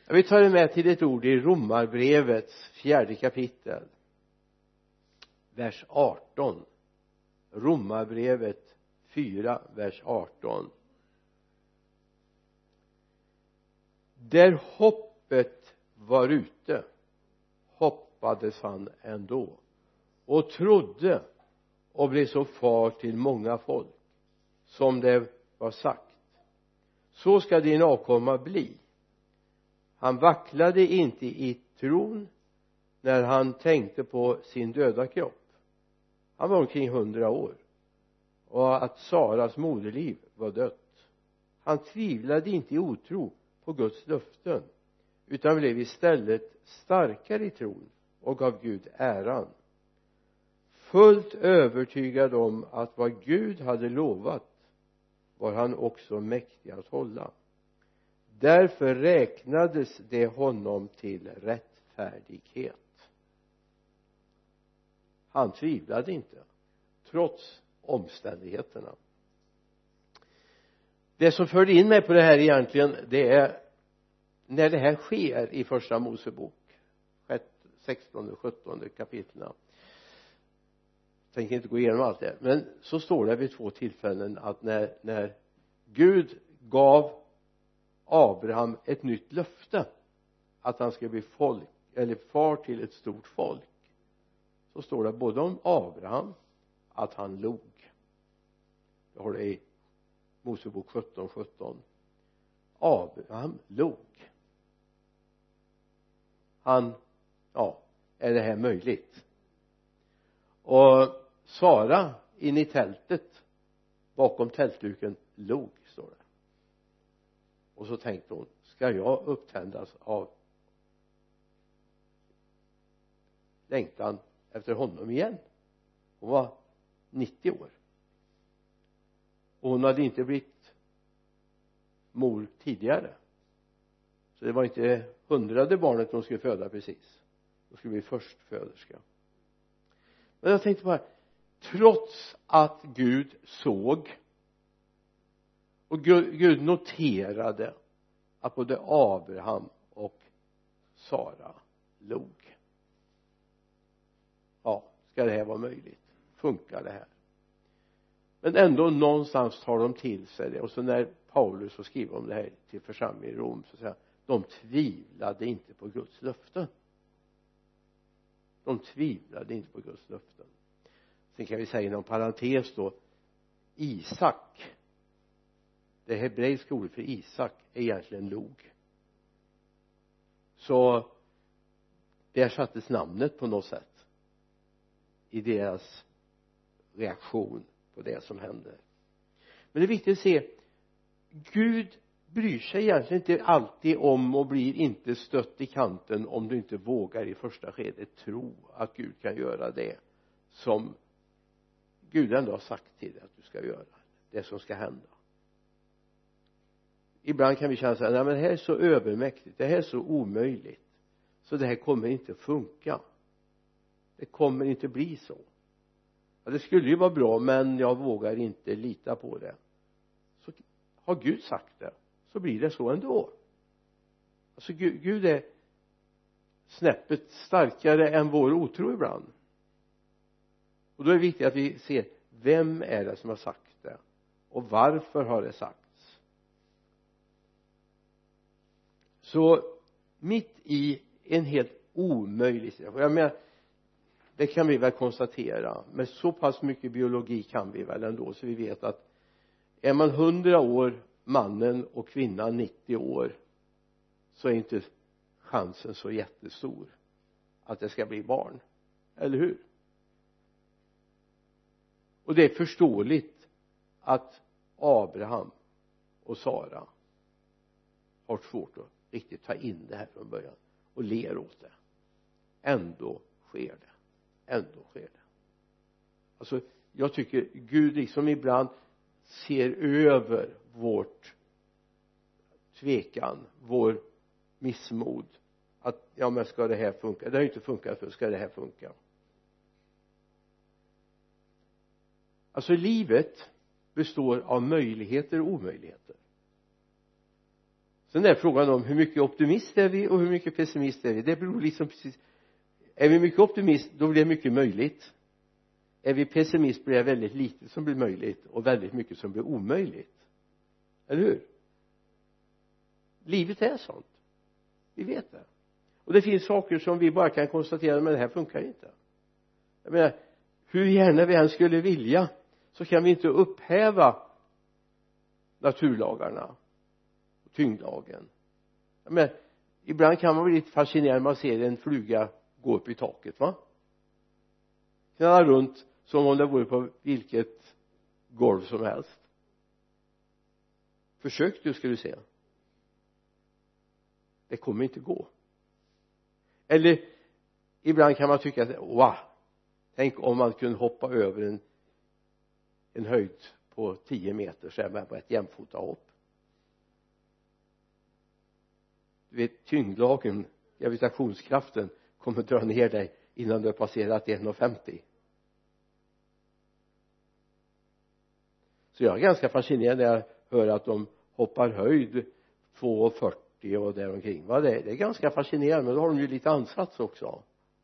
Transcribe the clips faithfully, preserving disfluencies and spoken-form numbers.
Jag vill ta er med till ett ord i Romarbrevets fjärde kapitel, vers arton. Romarbrevet fyra, vers arton. Där hoppet var ute hoppades han ändå och trodde och blev så far till många folk, som det var sagt: så ska din avkomma bli. Han vacklade inte i tron när han tänkte på sin döda kropp. Han var omkring hundra år och att Saras moderliv var dött. Han tvivlade inte i otro på Guds löften, utan blev istället starkare i tron och gav Gud äran, fullt övertygad om att vad Gud hade lovat var han också mäktig att hålla. Därför räknades det honom till rättfärdighet. Han tvivlade inte trots omständigheterna. Det som förde in mig på det här egentligen, det är när det här sker i första Mosebok sextonde och sjuttonde kapitlen. Jag tänker inte gå igenom allt det, men så står det vid två tillfällen att när, när Gud gav Abraham ett nytt löfte att han ska bli folk eller far till ett stort folk, så står det både om Abraham att han log. Jag har det i Mosebok sjutton sjutton. Abraham log. Han, ja, är det här möjligt? Och Sara in i tältet bakom tältduken log, står det. Och så tänkte hon: ska jag upptändas av längtan efter honom igen? Hon var nittio år och hon hade inte blivit mor tidigare, så det var inte hundrade barnet hon skulle föda precis. Hon skulle bli förstföderska. Men jag tänkte bara, trots att Gud såg och Gud noterade att både Abraham och Sara log. Ja, ska det här vara möjligt? Funkar det här? Men ändå någonstans tar de till sig det. Och så när Paulus så skriver om det här till församlingen i Rom, så säger han: de tvivlade inte på Guds löften. De tvivlade inte på Guds löften. Sen kan vi säga inom parentes då, Isak, det hebreiska ordet för Isak är egentligen log. Så där sattes namnet på något sätt i deras reaktion på det som hände. Men det är viktigt att se, Gud bryr sig egentligen inte alltid om och blir inte stött i kanten om du inte vågar i första skedet tro att Gud kan göra det som Gud ändå har sagt till dig att du ska göra, det som ska hända. Ibland kan vi känna så här: nej, men det här är så övermäktigt, det här är så omöjligt, så det här kommer inte funka, det kommer inte bli så. Ja, det skulle ju vara bra, men jag vågar inte lita på det. Så har Gud sagt det, så blir det så ändå. Alltså Gud, Gud är snäppet starkare än vår otro ibland. Och då är det viktigt att vi ser, vem är det som har sagt det och varför har det sagts. Så mitt i en helt omöjlig situation, jag menar, det kan vi väl konstatera, med så pass mycket biologi kan vi väl ändå, så vi vet att är man hundra år mannen och kvinnan nittio år, så är inte chansen så jättestor att det ska bli barn, eller hur? Och det är förståeligt att Abraham och Sara har svårt att riktigt ta in det här från början och ler åt det. Ändå sker det. Ändå sker det. Alltså jag tycker Gud liksom ibland ser över vårt tvekan, vår missmod, att ja, men ska det här funka? Det har ju inte funkat, för ska det här funka? Alltså livet består av möjligheter och omöjligheter. Sen är frågan om hur mycket optimist är vi och hur mycket pessimist är vi. Det beror liksom precis. Är vi mycket optimist, då blir det mycket möjligt. Är vi pessimist, blir det väldigt lite som blir möjligt och väldigt mycket som blir omöjligt. Eller hur? Livet är sånt. Vi vet det. Och det finns saker som vi bara kan konstatera, men det här funkar inte. Jag menar, hur gärna vi än skulle vilja, så kan vi inte upphäva naturlagarna och tyngdlagen. Jag menar, ibland kan man bli lite fascinerad när man ser en fluga gå upp i taket, va? Knallar runt som om det vore på vilket golv som helst. Försök du, ska du se. Det kommer inte gå. Eller ibland kan man tycka att wow, tänk om man kunde hoppa över en en höjd på tio meter så är man på ett jämfota hopp. Du vet, tyngdlagen, gravitationskraften kommer dra ner dig innan du har passerat en komma femtio. Så jag är ganska fascinerad när jag hör att de hoppar höjd två komma fyrtio och där omkring. Va? Det, är, det är ganska fascinerande, men då har de ju lite ansats också.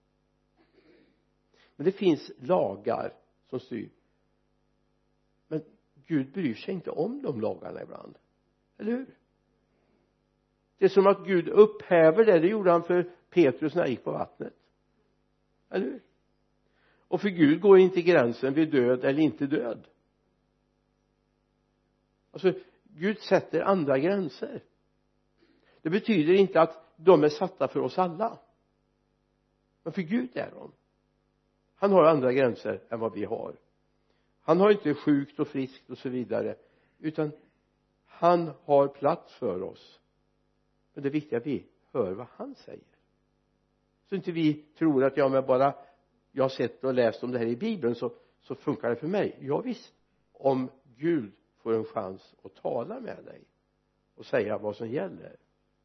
Men det finns lagar som styr. Men Gud bryr sig inte om de lagarna ibland. Eller hur? Det är som att Gud upphäver det. Det gjorde han för Petrus när han gick på vattnet. Eller hur? Och för Gud går inte gränsen vid död eller inte död. Alltså, Gud sätter andra gränser. Det betyder inte att de är satta för oss alla. Men för Gud är de. Han har andra gränser än vad vi har. Han har inte sjukt och friskt och så vidare, utan han har plats för oss. Men det är viktigt att vi hör vad han säger. Så inte vi tror att jag med bara jag har sett och läst om det här i Bibeln så, så funkar det för mig. Ja visst, om Gud får en chans att tala med dig och säga vad som gäller.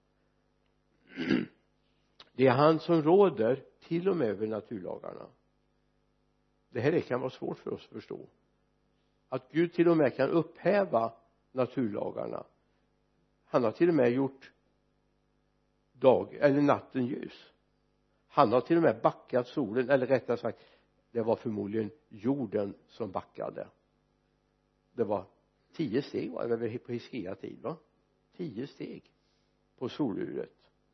Det är han som råder till och med över naturlagarna. Det här kan vara svårt för oss att förstå. Att Gud till och med kan upphäva naturlagarna. Han har till och med gjort dag eller natten ljus. Han har till och med backat solen, eller rättare sagt, det var förmodligen jorden som backade. Det var tio steg var det väl på Hiskia tid, va? Tio steg på soluret.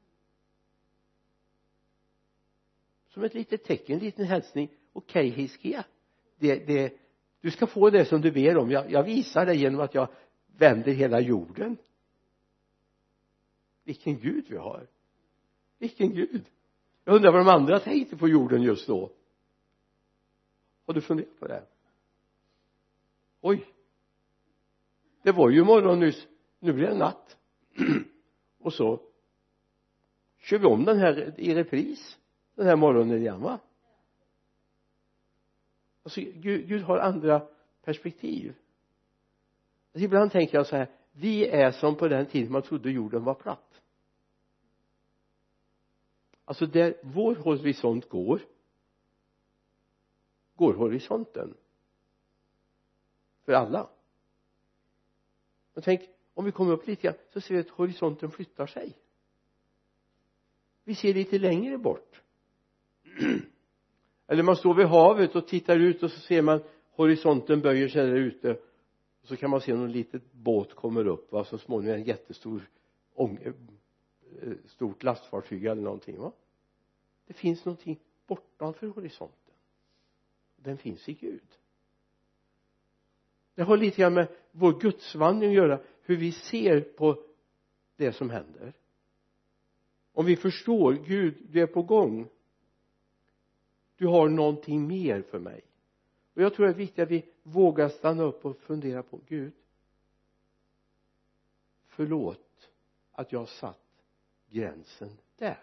Som ett litet tecken, en liten hälsning. Okej, okay, Hiskia, det, det, du ska få det som du ber om. Jag, jag visar det genom att jag vänder hela jorden. Vilken Gud vi har. Vilken Gud. Jag undrar vad de andra tänkte på jorden just då. Har du funderat på det? Oj. Det var ju morgon nyss. Nu blir det natt. Och så kör vi om den här i repris. Den här morgonen igen, va? Alltså, Gud, Gud har andra perspektiv. Alltså, ibland tänker jag så här. Vi är som på den tiden man trodde jorden var platt. Alltså där vår horisont går, går horisonten för alla. Men tänk, om vi kommer upp lite grann så ser vi att horisonten flyttar sig. Vi ser lite längre bort. Eller man står vid havet och tittar ut och så ser man horisonten böjer sig där ute. Och så kan man se någon litet båt kommer upp, va? Så småningom en jättestor ång- stort lastfartyg eller någonting, va? Det finns någonting bortanför horisonten. Den finns i Gud. Det har lite grann med vår gudsvandring att göra, hur vi ser på det som händer. Om vi förstår, Gud, du är på gång. Du har någonting mer för mig. Och jag tror det är viktigt att vi vågar stanna upp och fundera på, Gud, förlåt att jag satt gränsen där.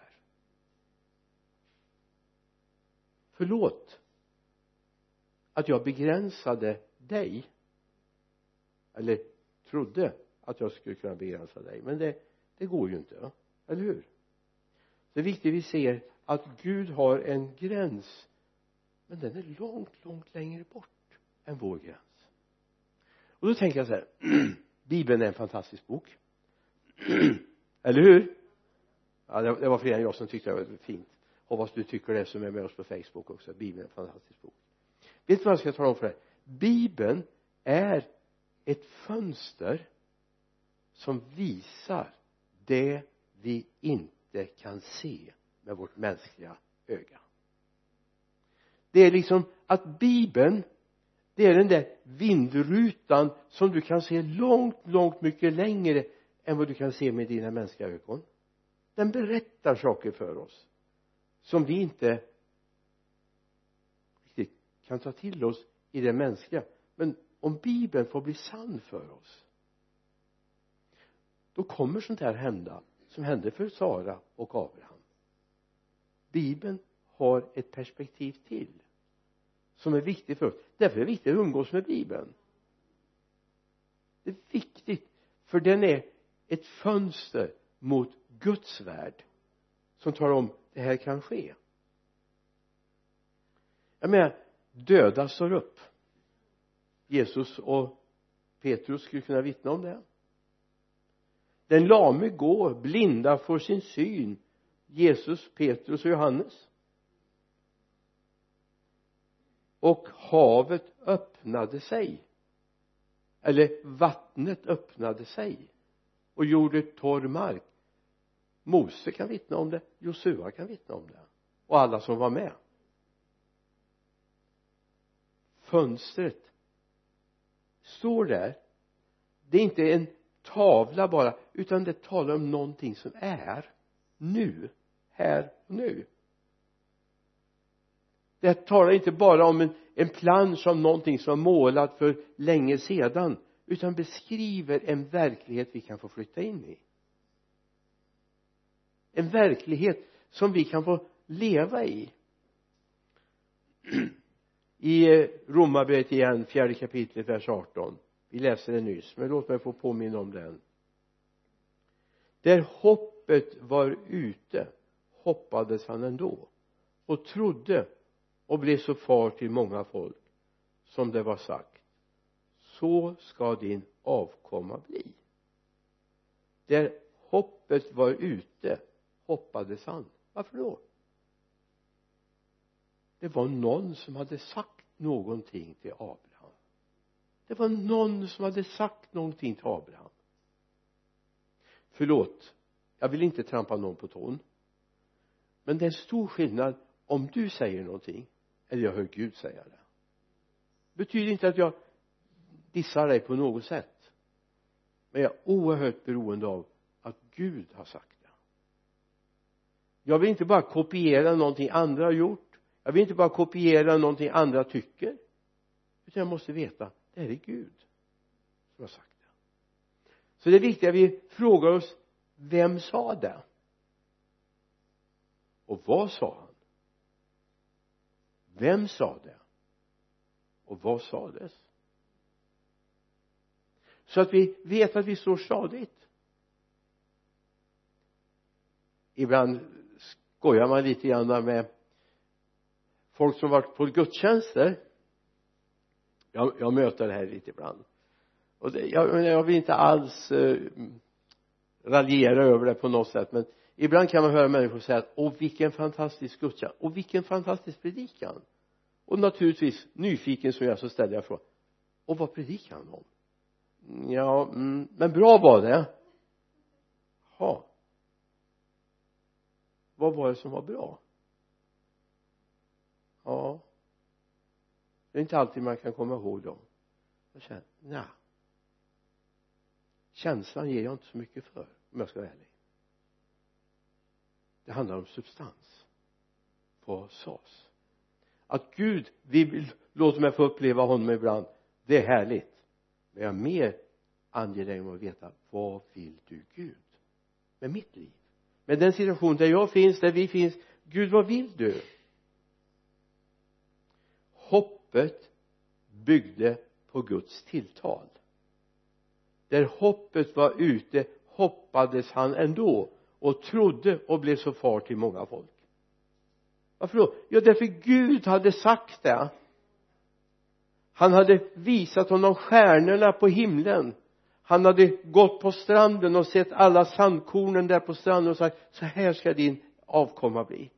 Förlåt att jag begränsade dig. Eller trodde att jag skulle kunna begränsa dig. Men det, det går ju inte, va? Eller hur? Det är viktigt att vi ser att Gud har en gräns. Men den är långt, långt längre bort än vår gräns. Och då tänker jag så här. Bibeln är en fantastisk bok. eller hur? Ja, det, det var fler än jag som tyckte det var fint. Hoppas du tycker det som är med oss på Facebook också. Bibeln är en fantastisk bok. Vet du vad jag ska tala om för dig? Bibeln är ett fönster som visar det vi inte kan se med vårt mänskliga öga. Det är liksom att Bibeln, det är den där vindrutan som du kan se långt, långt mycket längre än vad du kan se med dina mänskliga ögon. Den berättar saker för oss som vi inte riktigt kan ta till oss i det mänskliga. Men om Bibeln får bli sann för oss, då kommer sånt här hända som hände för Sara och Abraham. Bibeln har ett perspektiv till som är viktigt för oss. Därför är det viktigt att umgås med Bibeln. Det är viktigt, för den är ett fönster mot Guds värld som talar om det här kan ske. Jag menar, döda står upp. Jesus och Petrus skulle kunna vittna om det. Den lame går, blinda får sin syn. Jesus, Petrus och Johannes. Och havet öppnade sig. Eller vattnet öppnade sig och gjorde torr mark. Mose kan vittna om det, Josua kan vittna om det, och alla som var med. Fönstret står där. Det är inte en tavla bara, utan det talar om någonting som är nu, här och nu. Det talar inte bara om en, en plansch om någonting som var målat för länge sedan, utan beskriver en verklighet vi kan få flytta in i. En verklighet som vi kan få leva i. I Romarbrevet igen, fjärde kapitlet, vers arton. Vi läser det nyss, men låt mig få påminna om den. Där hoppet var ute, hoppades han ändå, och trodde och blev så far till många folk, som det var sagt: så ska din avkomma bli. Där hoppet var ute, hoppades han. Varför då? Det var någon som hade sagt någonting till Abraham. Det var någon som hade sagt någonting till Abraham. Förlåt, jag vill inte trampa någon på tån, men det är stor skillnad om du säger någonting eller jag hör Gud säga det. Det betyder inte att jag dissar dig på något sätt, men jag är oerhört beroende av att Gud har sagt det. Jag vill inte bara kopiera någonting andra har gjort. Jag vill inte bara kopiera någonting andra tycker, utan jag måste veta, det här är Gud som har sagt det. Så det är viktigt att vi frågar oss, vem sa det? Och vad sa han? Vem sa det? Och vad sades? Så att vi vet att vi står stadigt. Ibland skojar man lite grann med folk som varit på gudstjänster. Jag, jag möter det här lite ibland. Och det, jag, jag vill inte alls eh, raljera över det på något sätt. Men ibland kan man höra människor säga att åh, vilken fantastisk gudstjänst. Och vilken fantastisk predikan. Och naturligtvis, nyfiken som jag, så ställer jag frågan: och vad predikar han om? Ja, mm, men bra var det. Ja. Vad var det som var bra? Ja. Det är inte alltid man kan komma ihåg dem. Jag känner, nej. Känslan ger jag inte så mycket för, om jag ska vara ärlig. Det handlar om substans. Vad sades? Att Gud, vi vill, låt mig få uppleva honom ibland. Det är härligt. Men jag är mer angelägen om att veta, vad vill du Gud med mitt liv? Med den situation där jag finns, där vi finns. Gud, vad vill du? Hoppet byggde på Guds tilltal. Där hoppet var ute, hoppades han ändå och trodde och blev så far till många folk. Varför då? Ja, därför Gud hade sagt det. Han hade visat honom stjärnorna på himlen. Han hade gått på stranden och sett alla sandkornen där på stranden och sagt, så här ska din avkomma bli.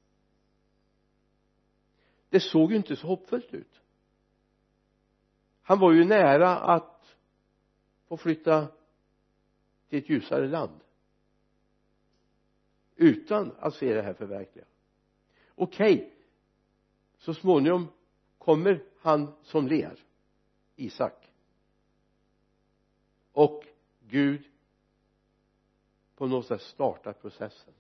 Det såg ju inte så hoppfullt ut. Han var ju nära att få flytta till ett ljusare land utan att se det här förverkliga. Okej, okay. Så småningom kommer han som ler, Isak, och Gud på något sätt startar processen.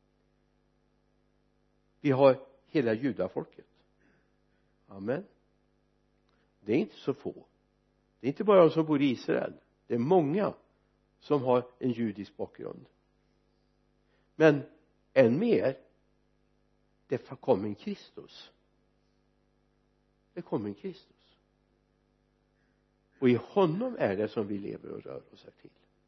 Vi har hela judafolket. Amen. Det är inte så få. Det är inte bara de som bor i Israel. Det är många som har en judisk bakgrund. Men än mer, det kom en Kristus. Det kom en Kristus. Och i honom är det som vi lever och rör oss här till.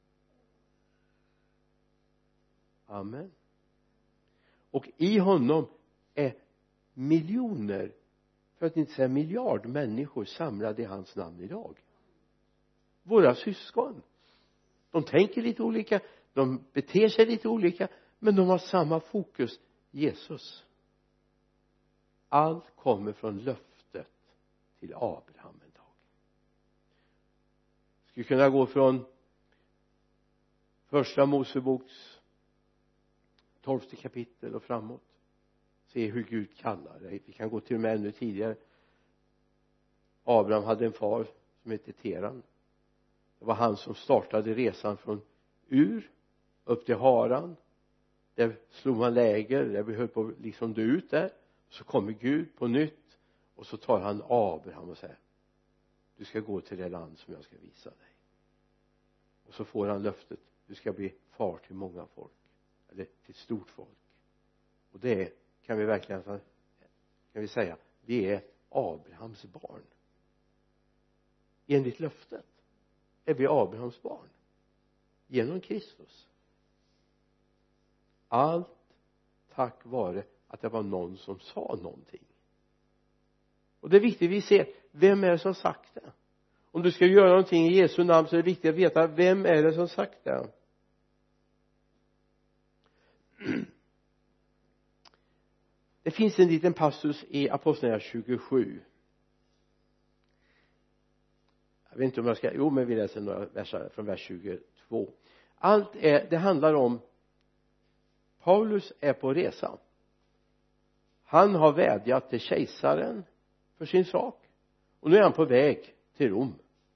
Amen. Och i honom är miljoner, för att inte säga miljard människor samlade i hans namn idag. Våra syskon. De tänker lite olika, de beter sig lite olika, men de har samma fokus, Jesus. Allt kommer från löftet till Abraham en dag. Skulle kunna gå från första Moseboks tolfte kapitel och framåt. Se hur Gud kallar dig. Vi kan gå till och med ännu tidigare. Abraham hade en far som hette Teran. Det var han som startade resan från Ur upp till Haran. Där slog man läger, där vi höll på liksom dö ut där. Så kommer Gud på nytt och så tar han Abraham och säger, du ska gå till det land som jag ska visa dig. Och så får han löftet, du ska bli far till många folk, eller till ett stort folk. Och det kan vi verkligen kan vi säga, vi är Abrahams barn. Enligt löftet är vi Abrahams barn genom Kristus. Allt tack vare att det var någon som sa någonting. Och det är viktigt vi ser, vem är det som sagt det? Om du ska göra någonting i Jesu namn så är det viktigt att veta, vem är det som sagt det? Det finns en liten passus i Apostlagärningarna tjugosju. Jag vet inte om jag ska, jo men vi läser några verser från vers tjugotvå. Allt är, det handlar om Paulus är på resa. Han har vädjat till kejsaren för sin sak. Och nu är han på väg till Rom.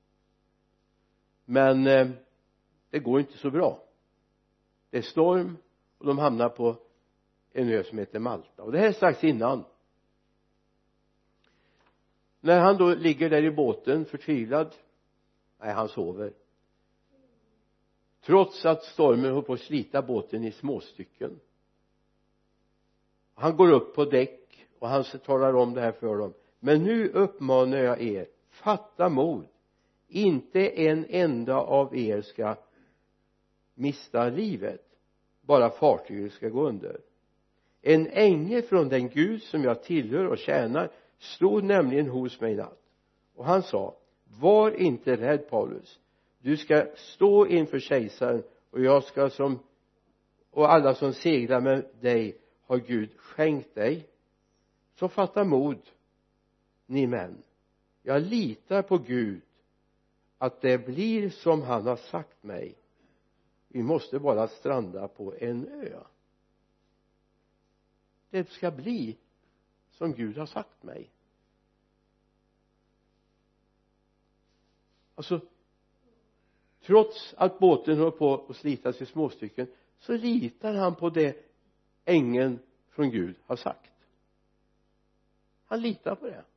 Men eh, det går inte så bra. Det är storm och de hamnar på en ö som heter Malta. Och det här är strax innan. När han då ligger där i båten förtvivlad. Nej, han sover. Trots att stormen håller på att slita båten i små stycken. Han går upp på däck och han talar om det här för dem. Men nu uppmanar jag er, fatta mod. Inte en enda av er ska mista livet. Bara fartyget ska gå under. En ängel från den Gud som jag tillhör och tjänar stod nämligen hos mig i natt. Och han sa, var inte rädd Paulus. Du ska stå inför kejsaren och jag ska som och alla som seglar med dig har Gud skänkt dig. Så fatta mod, ni män. Jag litar på Gud att det blir som han har sagt mig. Vi måste bara stranda på en ö. Det ska bli som Gud har sagt mig. Alltså, trots att båten håller på att slitas i småstycken så litar han på det ängeln från Gud har sagt. Han litar på det.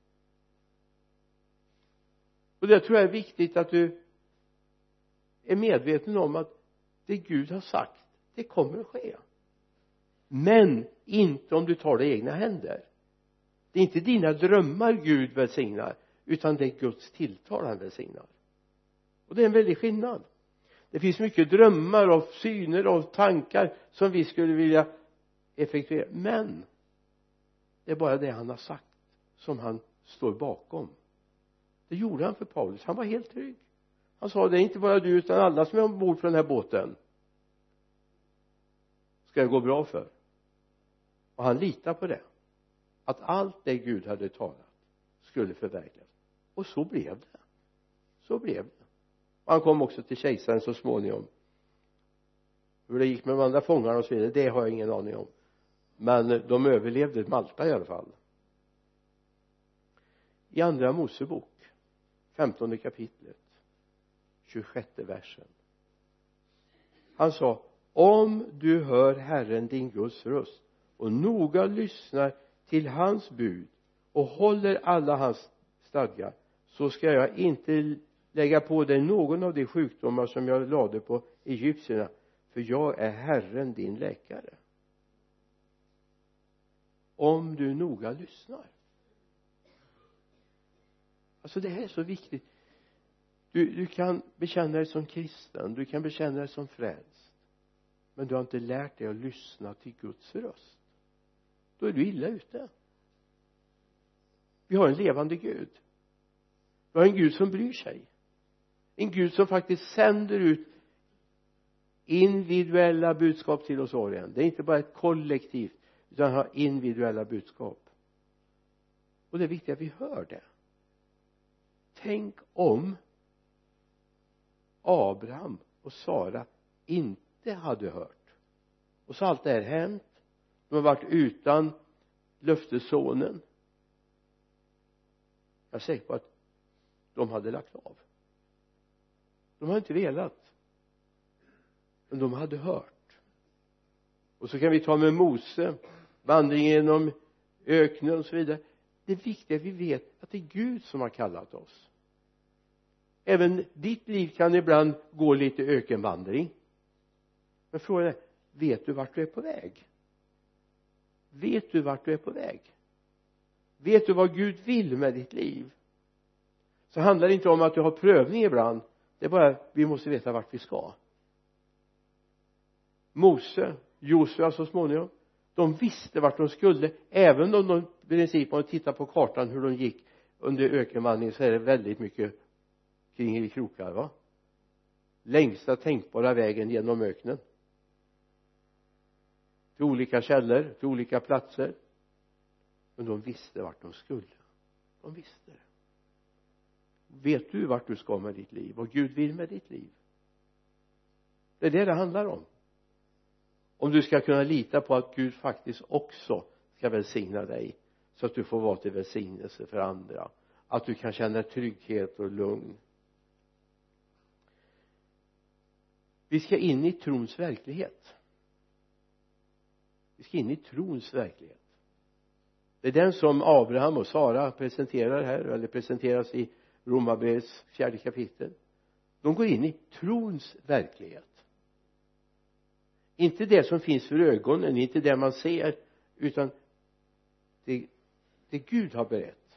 Och det tror jag är viktigt att du är medveten om att det Gud har sagt, det kommer att ske. Men inte om du tar det i egna händer. Det är inte dina drömmar Gud välsignar, utan det är Guds tilltal han välsignar. Och det är en väldig skillnad. Det finns mycket drömmar och syner och tankar som vi skulle vilja effektuera. Men det är bara det han har sagt som han står bakom. Det gjorde han för Paulus. Han var helt trygg. Han sa, det är inte bara du utan alla som är ombord på den här båten ska det gå bra för. Och han litar på det, att allt det Gud hade talat skulle förverkligas. Och så blev det så blev det och han kom också till kejsaren så småningom. Hur det gick med de andra fångarna och så vidare, det har jag ingen aning om, men de överlevde Malta i alla fall. I andra Mosebok femtonde kapitlet tjugosjätte versen, han sa, om du hör Herren din Guds röst och noga lyssnar till hans bud och håller alla hans stadgar, så ska jag inte lägga på dig någon av de sjukdomar som jag lade på egyptierna, för jag är Herren din läkare. Om du noga lyssnar. Alltså det här är så viktigt. Du, du kan bekänna dig som kristen, du kan bekänna dig som frälst, men du har inte lärt dig att lyssna till Guds röst. Då är du illa ute. Vi har en levande Gud. Vi har en Gud som bryr sig. En Gud som faktiskt sänder ut individuella budskap till oss var igen. Det är inte bara ett kollektivt, utan har individuella budskap. Och det är viktigt att vi hör det. Tänk om Abraham och Sara inte hade hört. Och så allt det här hänt. De har varit utan löftessonen. Jag är säker på att de hade lagt av. De har inte velat. Men de hade hört. Och så kan vi ta med Mose, vandringen genom öknen och så vidare. Det viktiga är att vi vet att det är Gud som har kallat oss. Även ditt liv kan ibland gå lite ökenvandring. Men frågan är, vet du vart du är på väg? Vet du vart du är på väg? Vet du vad Gud vill med ditt liv? Så handlar det inte om att du har prövning ibland. Det är bara, vi måste veta vart vi ska. Mose, Josua så småningom, de visste vart de skulle, även om de i princip, om de tittar på kartan hur de gick under ökenvandringen, så är det väldigt mycket kring i krokar, va? Längsta tänkbara vägen genom öknen, till olika källor, till olika platser. Men de visste vart de skulle. De visste det. Vet du vart du ska med ditt liv? Vad Gud vill med ditt liv? Det är det det handlar om. Om du ska kunna lita på att Gud faktiskt också ska välsigna dig, så att du får vara till välsignelse för andra. Att du kan känna trygghet och lugn. Vi ska in i trons verklighet. Vi ska in i trons verklighet. Det är den som Abraham och Sara presenterar här, eller presenteras i Romarbrevets fjärde kapitel. De går in i trons verklighet. Inte det som finns för ögonen, inte det man ser, utan det, det Gud har berett.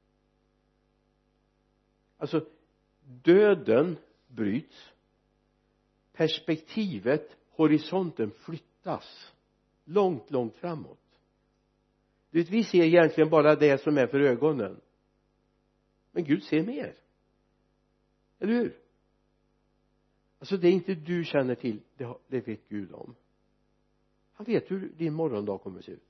Alltså, döden bryts. Perspektivet, horisonten flyttas långt, långt framåt. Du vet, vi ser egentligen bara det som är för ögonen. Men Gud ser mer. Eller hur? Alltså det är inte du känner till, det, det vet Gud om. Han vet hur din morgondag kommer att se ut.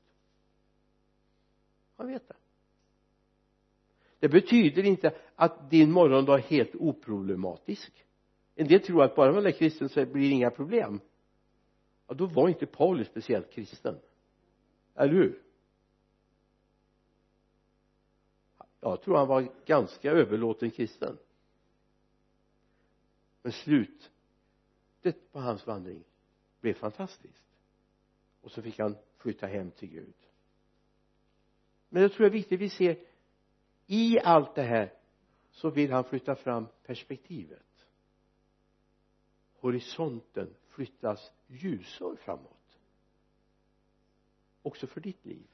Han vet det. Det betyder inte att din morgondag är helt oproblematisk. En del tror att bara man är kristen så blir det inga problem. Ja, då var inte Paulus speciellt kristen. Eller hur? Jag tror han var ganska överlåten kristen. Men slutet på hans vandring blev fantastiskt. Och så fick han flytta hem till Gud. Men jag tror det är viktigt att vi ser, i allt det här så vill han flytta fram perspektivet. Horisonten flyttas ljusår framåt. Också för ditt liv.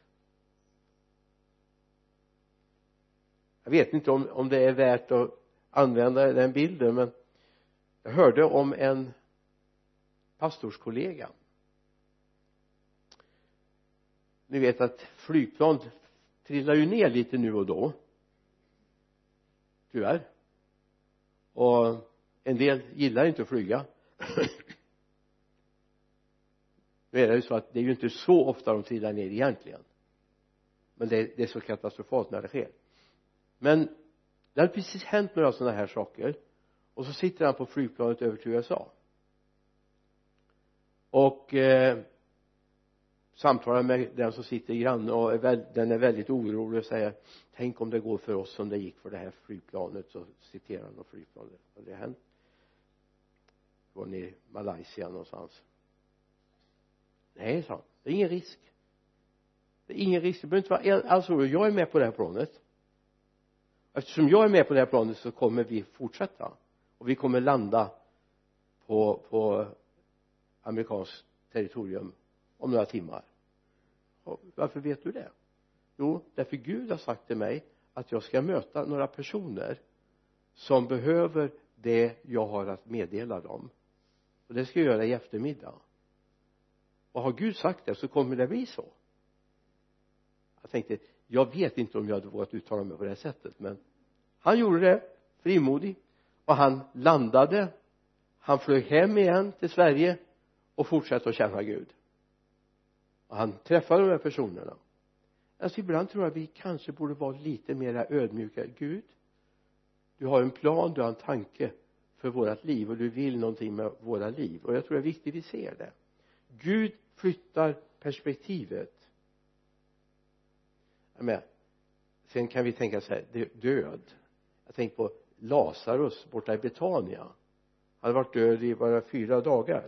Jag vet inte om, om det är värt att använda den bilden, men jag hörde om en pastorskollega. Ni vet att flygplan trillar ju ner lite nu och då. Tyvärr. Och en del gillar inte att flyga. Nu är det ju så att det är ju inte så ofta de trillar ner egentligen, men det är, det är så katastrofalt när det sker. Men det har precis hänt några sådana här saker, och så sitter han på flygplanet över till U S A och eh, samtalar med den som sitter grann, och är väl, den är väldigt orolig och säger: tänk om det går för oss som det gick för det här flygplanet. Så citerar han och flygplanet, och det har hänt. Det var nere i Malaysia någonstans. Nej, sa han, det är ingen risk. Det är ingen risk, det behöver inte vara alls orolig. Jag är med på det här planet. Eftersom jag är med på det här planet så kommer vi fortsätta, och vi kommer landa på, på amerikanskt territorium om några timmar. Och varför vet du det? Jo, därför Gud har sagt till mig att jag ska möta några personer som behöver det jag har att meddela dem, och det ska jag göra i eftermiddag. Och har Gud sagt det så kommer det bli så. Jag tänkte, jag vet inte om jag hade vågat uttala mig på det här sättet, men han gjorde det frimodig, och han landade, han flög hem igen till Sverige och fortsatte att tjäna Gud. Och han träffade de här personerna. Alltså ibland tror jag vi kanske borde vara lite mer ödmjuka. Gud, du har en plan, du har en tanke för vårat liv, och du vill någonting med våra liv, och jag tror det är viktigt att vi ser det. Gud flyttar perspektivet. Men sen kan vi tänka så här, död. Jag tänker på Lazarus borta i Betania. Han hade varit död i bara fyra dagar.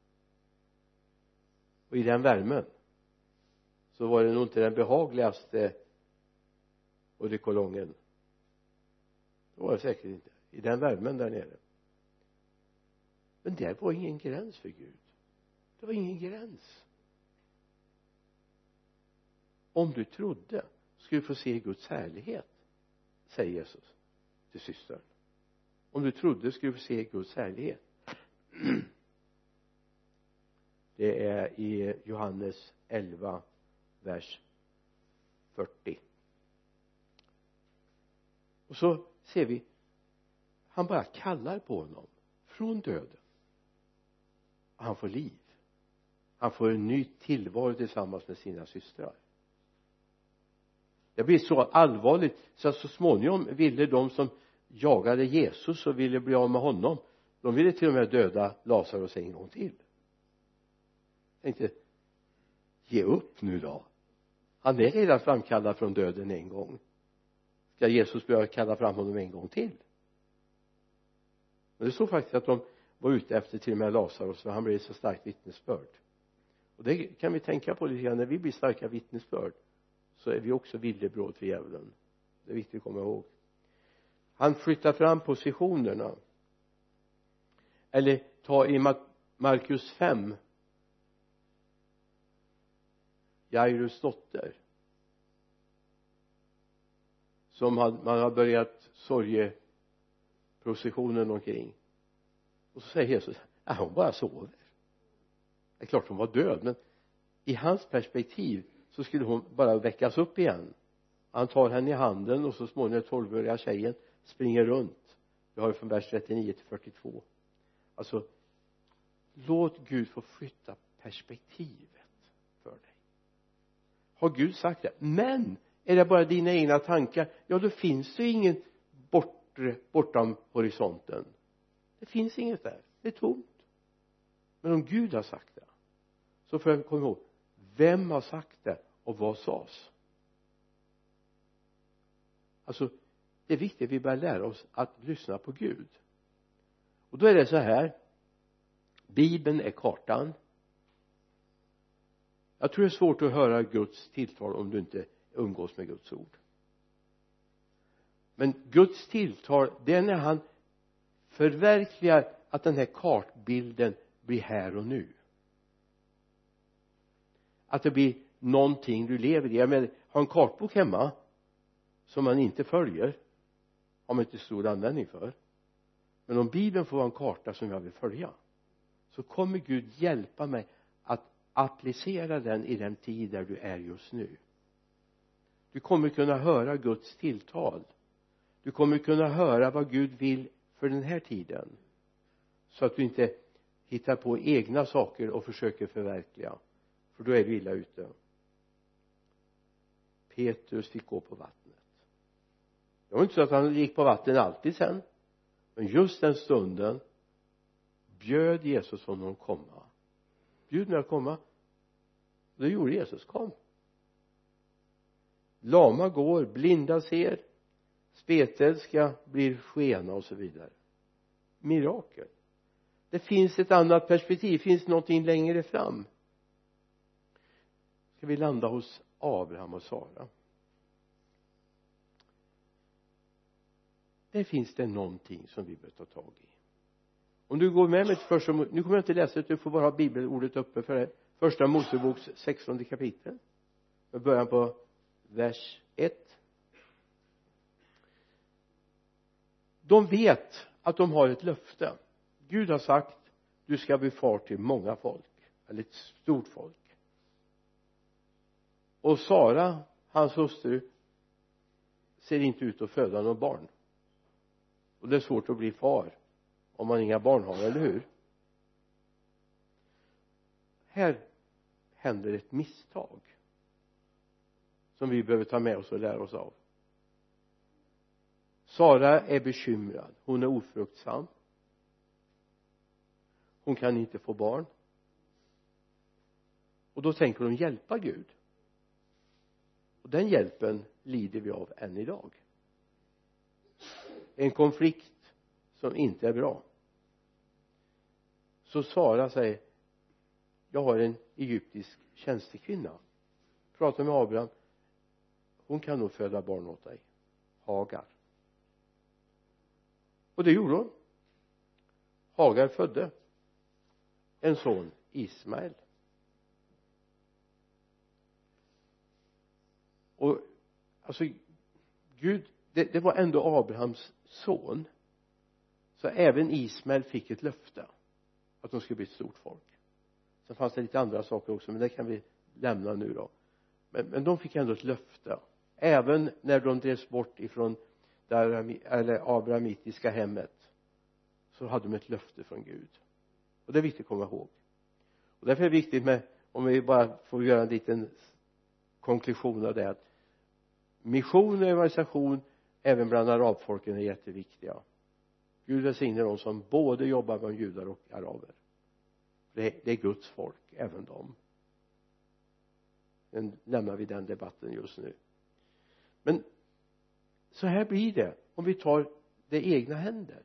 Och i den värmen så var det nog inte den behagligaste oddikolongen. Det var det säkert inte. I den värmen där nere. Men det var ingen gräns för Gud. Det var ingen gräns. Om du trodde skulle du få se Guds härlighet, säger Jesus till systern. Om du trodde skulle du få se Guds härlighet. Det är i Johannes elva vers fyrtio. Och så ser vi, han bara kallar på honom från döden. Han får liv. Han får en ny tillvaro tillsammans med sina systrar. Det blir så allvarligt så att så småningom ville de som jagade Jesus och ville bli av med honom, de ville till och med döda Lazarus en gång till. Jag tänkte, ge upp nu då. Han är redan framkallad från döden en gång. Ska Jesus börja kalla fram honom en gång till? Men det såg faktiskt att de var ute efter till och med Lazarus, för han blev så starkt vittnesbörd. Och det kan vi tänka på lite grann. När vi blir starka vittnesbörd så är vi också villebråd för djävulen. Det är viktigt att komma ihåg. Han flyttar fram positionerna. Eller ta i Markus fem. Jairus dotter. Som man har börjat sorgeprocessionen omkring. Och så säger Jesus, ja, hon bara sover. Det är klart hon var död, men i hans perspektiv så skulle hon bara väckas upp igen. Han tar henne i handen, och så småningom tolvåriga tjejen springer runt. Vi har ju från vers trettionio till fyrtiotvå. Alltså, låt Gud få flytta perspektivet för dig. Har Gud sagt det? Men är det bara dina egna tankar, ja då finns det ingen bortre, bortom horisonten. Det finns inget där, det är tomt. Men om Gud har sagt det, så får jag komma ihåg, vem har sagt det och vad sades? Alltså, det är viktigt att vi börjar lära oss att lyssna på Gud. Och då är det så här, Bibeln är kartan. Jag tror det är svårt att höra Guds tilltal om du inte umgås med Guds ord. Men Guds tilltal, det är när han förverkligar att den här kartbilden blir här och nu. Att det blir någonting du lever i. Jag menar, har en kartbok hemma som man inte följer, har man inte stor användning för. Men om Bibeln får vara en karta som jag vill följa, så kommer Gud hjälpa mig att applicera den i den tid där du är just nu. Du kommer kunna höra Guds tilltal. Du kommer kunna höra vad Gud vill för den här tiden. så att du inte hittar på egna saker och försöker förverkliga, för då är du illa ute. Petrus fick gå på vattnet. Det var inte så att han gick på vatten alltid sen, men just den stunden bjöd Jesus honom komma. Bjud mig att komma. Det gjorde Jesus, kom. Lama går, blinda ser, spetälska blir skena och så vidare. Mirakel. Det finns ett annat perspektiv, det finns någonting längre fram. Ska vi landa hos Abraham och Sara. Där finns det någonting som vi bör ta tag i. Om du går med mig till första, nu kommer jag inte läsa det, du får bara ha bibelordet uppe för det. Första Moseboks sextonde kapitel. Med början på vers ett. De vet att de har ett löfte. Gud har sagt, du ska bli far till många folk, eller ett stort folk. Och Sara, hans hustru, ser inte ut att föda någon barn. Och det är svårt att bli far om man inga barn har, eller hur? Här händer ett misstag som vi behöver ta med oss och lära oss av. Sara är bekymrad. Hon är ofruktsam. Hon kan inte få barn. Och då tänker de hjälpa Gud. Och den hjälpen lider vi av än idag. En konflikt som inte är bra. Så Sara säger, jag har en egyptisk tjänstekvinna. Pratar med Abraham. Hon kan nog föda barn åt dig. Hagar. Och det gjorde hon. Hagar födde en son, Ismael. Och alltså Gud, det, det var ändå Abrahams son. Så även Ismael fick ett löfte att de skulle bli ett stort folk. Sen fanns det lite andra saker också, men det kan vi lämna nu då. Men, men de fick ändå ett löfte. Även när de drevs bort ifrån det eller abrahamitiska hemmet, så hade de ett löfte från Gud. Och det är viktigt att komma ihåg. Och därför är det viktigt med, om vi bara får göra en liten konklusion av det, att mission och evangelisation även bland arabfolken är jätteviktiga. Gud välsignar dem som både jobbar med judar och araber. Det är, det är Guds folk, även dem. Men lämnar vi den debatten just nu. Men så här blir det om vi tar det egna händer.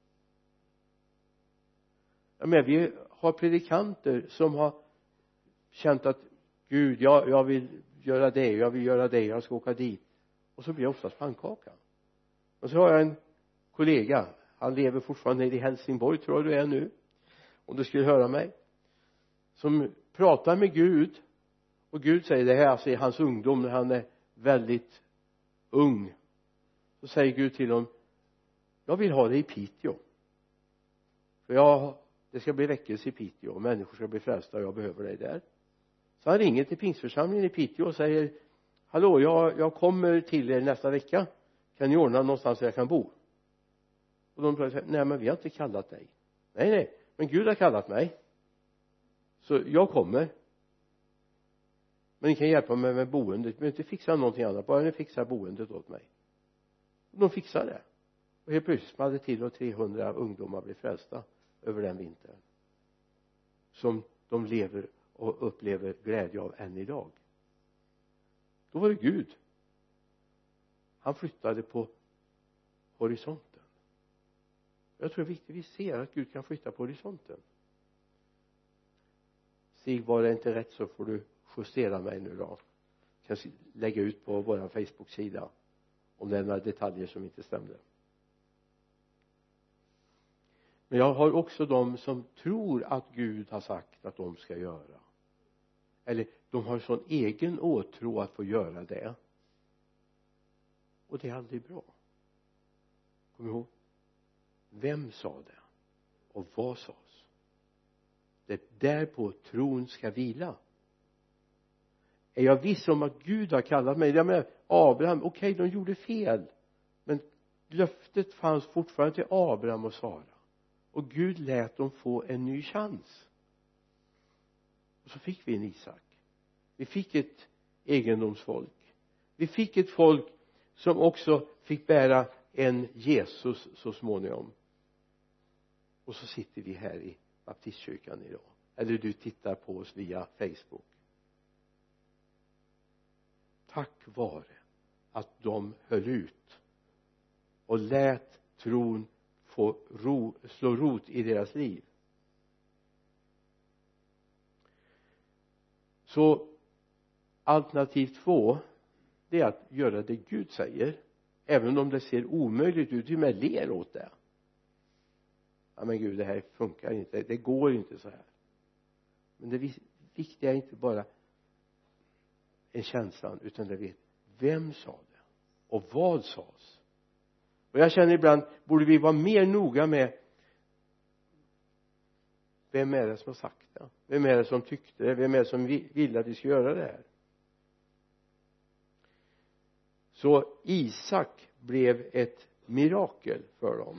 Ja, men vi har predikanter som har känt att Gud, jag, jag vill göra det, jag vill göra det, jag ska åka dit. Och så blir det oftast pannkaka. Och så har jag en kollega, han lever fortfarande i Helsingborg, tror jag du är nu, om du skulle höra mig, som pratar med Gud. Och Gud säger det här, alltså i hans ungdom, när han är väldigt ung, så säger Gud till honom, jag vill ha det i Piteå, för jag, det ska bli väckelse i Piteå och människor ska bli frälsta och jag behöver dig där. Så han ringer till Pingstförsamlingen i Piteå och säger, hallå, jag, jag kommer till er nästa vecka, kan ni ordna någonstans där jag kan bo? Och de säger, nej men vi har inte kallat dig. Nej nej, men Gud har kallat mig, så jag kommer. Men ni kan hjälpa mig med boendet, men inte fixa någonting annat, bara ni fixar boendet åt mig. Och de fixar det. Och helt plötsligt hade till och trehundra ungdomar blivit frälsta över den vintern, som de lever och upplever glädje av än idag. Då var det Gud. Han flyttade på horisonten. Jag tror det är viktigt att vi ser att Gud kan flytta på horisonten. Stig, var det inte rätt så får du justera mig nu då. Jag kan lägga ut på vår Facebook-sida om det är några detaljer som inte stämde. Men jag har också de som tror att Gud har sagt att de ska göra. Eller de har sån egen åtro att få göra det. Och det är aldrig bra. Kom ihåg. Vem sa det? Och vad sades? Det är därpå tron ska vila. Är jag viss om att Gud har kallat mig? Jag menar, Abraham, okej, okay, de gjorde fel. Men löftet fanns fortfarande till Abraham och Sara. och Gud lät dem få en ny chans. Och så fick vi en Isak. Vi fick ett egendomsfolk. Vi fick ett folk som också fick bära en Jesus så småningom. Och så sitter vi här i baptistkyrkan idag. Eller du tittar på oss via Facebook. Tack vare att de höll ut och lät tron få ro, slå rot i deras liv. Så alternativ två, det är att göra det Gud säger, även om det ser omöjligt ut. Du med ler åt det. Ja men Gud, det här funkar inte, det går inte så här. Men det viktiga är inte bara en känslan, utan det vet vem sa det och vad sades. Och jag känner ibland, borde vi vara mer noga med vem är det som har sagt det, vem är det som tyckte det, vem är det som ville att vi ska göra det här. Så Isak blev ett mirakel för dem.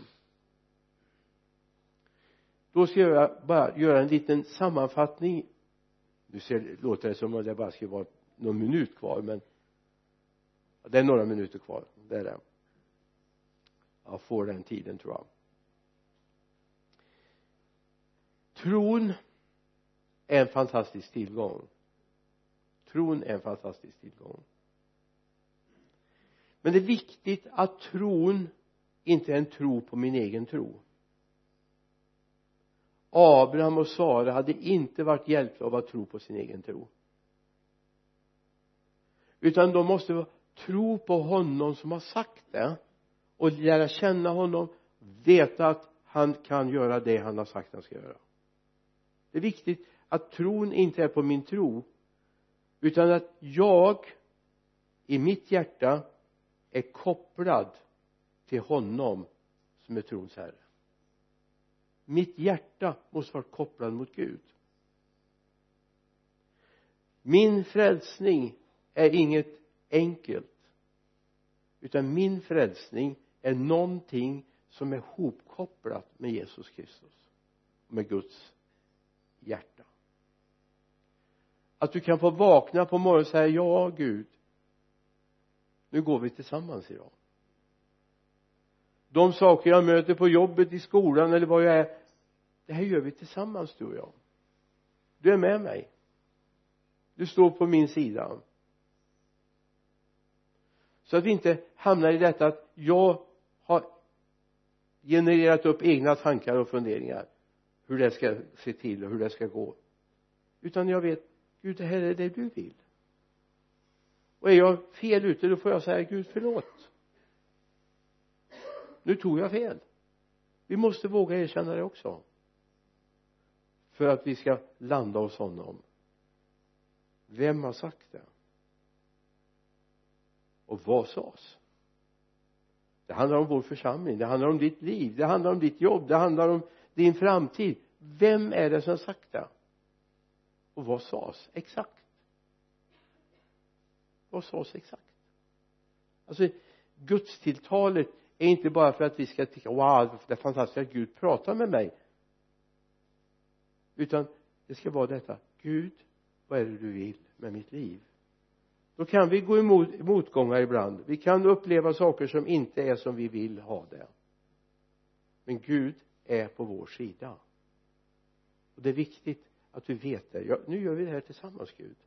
Då ska jag bara göra en liten sammanfattning. Nu ser, låter det som att det bara ska vara någon minut kvar, men det är några minuter kvar. Det är det. Jag får den tiden, tror jag. Tron är en fantastisk tillgång. Tron är en fantastisk tillgång. Men det är viktigt att tron inte är en tro på min egen tro. Abraham och Sara hade inte varit hjälpta av att tro på sin egen tro. Utan de måste tro på honom som har sagt det. Och lära känna honom. Veta att han kan göra det han har sagt han ska göra. Det är viktigt att tron inte är på min tro. Utan att jag i mitt hjärta är kopplad till honom som är trons herre. Mitt hjärta måste vara kopplad mot Gud. Min frälsning är inget enkelt. Utan min frälsning är någonting som är hopkopplat med Jesus Kristus. Med Guds hjärta. Att du kan få vakna på morgonen och säga, ja Gud, nu går vi tillsammans idag. De saker jag möter på jobbet, i skolan eller vad jag är, det här gör vi tillsammans, du och jag. Du är med mig. Du står på min sida. Så att vi inte hamnar i detta att jag har genererat upp egna tankar och funderingar. Hur det ska se till och hur det ska gå. Utan jag vet, Gud, det här är det du vill. Och är jag fel ute, då får jag säga, Gud, förlåt. Nu tog jag fel. Vi måste våga erkänna det också. För att vi ska landa hos honom. Vem har sagt det? Och vad sades? Det handlar om vår församling. Det handlar om ditt liv. Det handlar om ditt jobb. Det handlar om din framtid. Vem är det som har sagt det? Och vad sades exakt? Vad sades exakt? Alltså, gudstilltalet är inte bara för att vi ska tycka, wow, det är fantastiskt att Gud pratar med mig. Utan det ska vara detta, Gud, vad är det du vill med mitt liv? Då kan vi gå emot motgångar ibland. Vi kan uppleva saker som inte är som vi vill ha det. Men Gud är på vår sida. Och det är viktigt att du vet det. Ja, nu gör vi det här tillsammans, Gud.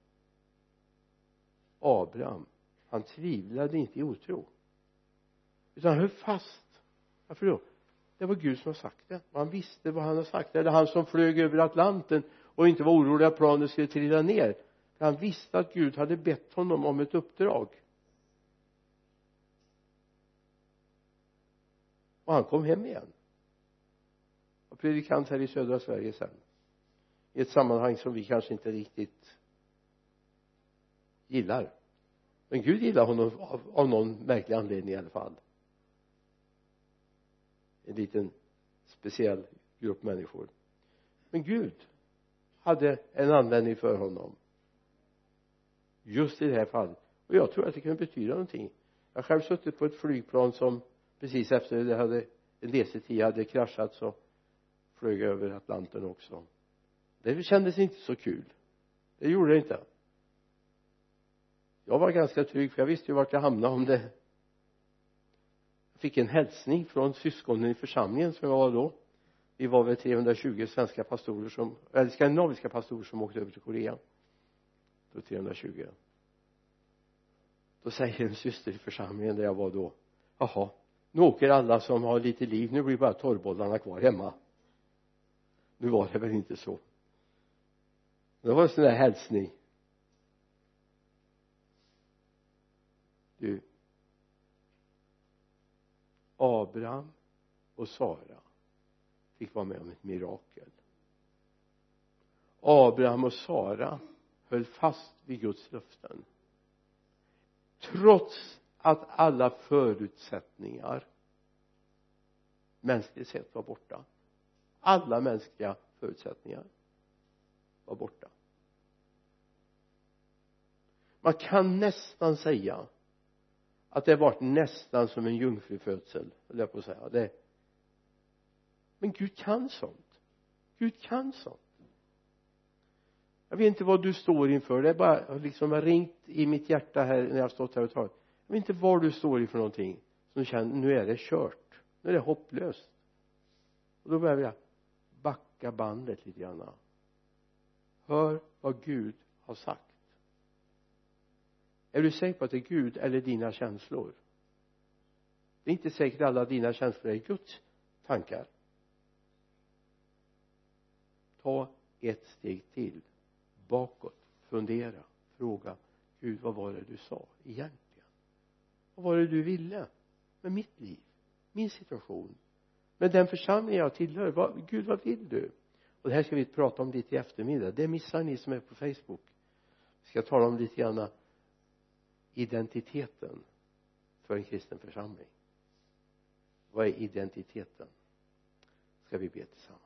Abraham, han tvivlade inte i otro. Utan han höll fast. Varför då? Det var Gud som har sagt det. Han visste vad han har sagt. Eller han som flög över Atlanten och inte var orolig att planet skulle trilla ner. För han visste att Gud hade bett honom om ett uppdrag. Och han kom hem igen. Och predikant här i södra Sverige sen. I ett sammanhang som vi kanske inte riktigt gillar. Men Gud gillar honom av, av någon märklig anledning i alla fall. En liten speciell grupp människor. Men Gud hade en användning för honom. Just i det här fallet. Och jag tror att det kan betyda någonting. Jag har själv suttit på ett flygplan som precis efter det hade en D C tio hade kraschat, så flög över Atlanten också. Det kändes inte så kul. Det gjorde det inte. Jag var ganska trygg, för jag visste ju vart jag hamnade om det. Jag fick en hälsning från syskonen i församlingen som jag var då. Vi var väl trehundratjugo svenska pastorer som, eller skandinaviska pastorer som åkte över till Korea. Då trehundratjugo. Då säger en syster i församlingen där jag var då: jaha, nu åker alla som har lite liv, nu blir bara torrbollarna kvar hemma. Nu var det väl inte så. Det var en sån där hälsning. Du, Abraham och Sara fick vara med om ett mirakel. Abraham och Sara höll fast vid Guds löften, trots att alla förutsättningar mänskligt sett var borta. Alla mänskliga förutsättningar var borta. Man kan nästan säga att det var nästan som en jungfrufödsel, eller jag på att säga det. Men Gud kan sånt. Gud kan sånt. Jag vet inte vad du står inför. Det är bara liksom har ringt i mitt hjärta här när jag har stått här och talat. Jag vet inte var du står inför någonting som du känner, nu är det kört. Nu är det hopplöst. Och då börjar jag backa bandet lite grann. Hör vad Gud har sagt. Är du säker på att det är Gud eller dina känslor? Det är inte säkert att alla dina känslor är Guds tankar. Ta ett steg till. Bakåt. Fundera. Fråga. Gud, vad var det du sa egentligen? Vad var det du ville med mitt liv? Min situation? Med den församling jag tillhör? Vad, Gud, vad vill du? Och det här ska vi prata om lite i eftermiddag. Det missar ni som är på Facebook. Vi ska tala om lite grann identiteten för en kristen församling. Vad är identiteten? Ska vi be tillsammans.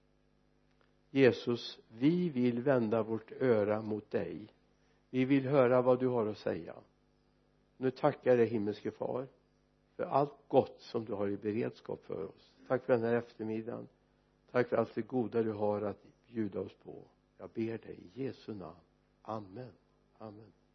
Jesus, vi vill vända vårt öra mot dig. Vi vill höra vad du har att säga. Nu tackar jag dig, himmelske far, för allt gott som du har i beredskap för oss. Tack för den här eftermiddagen. Tack för allt det goda du har att bjuda oss på. Jag ber dig i Jesu namn. Amen. Amen.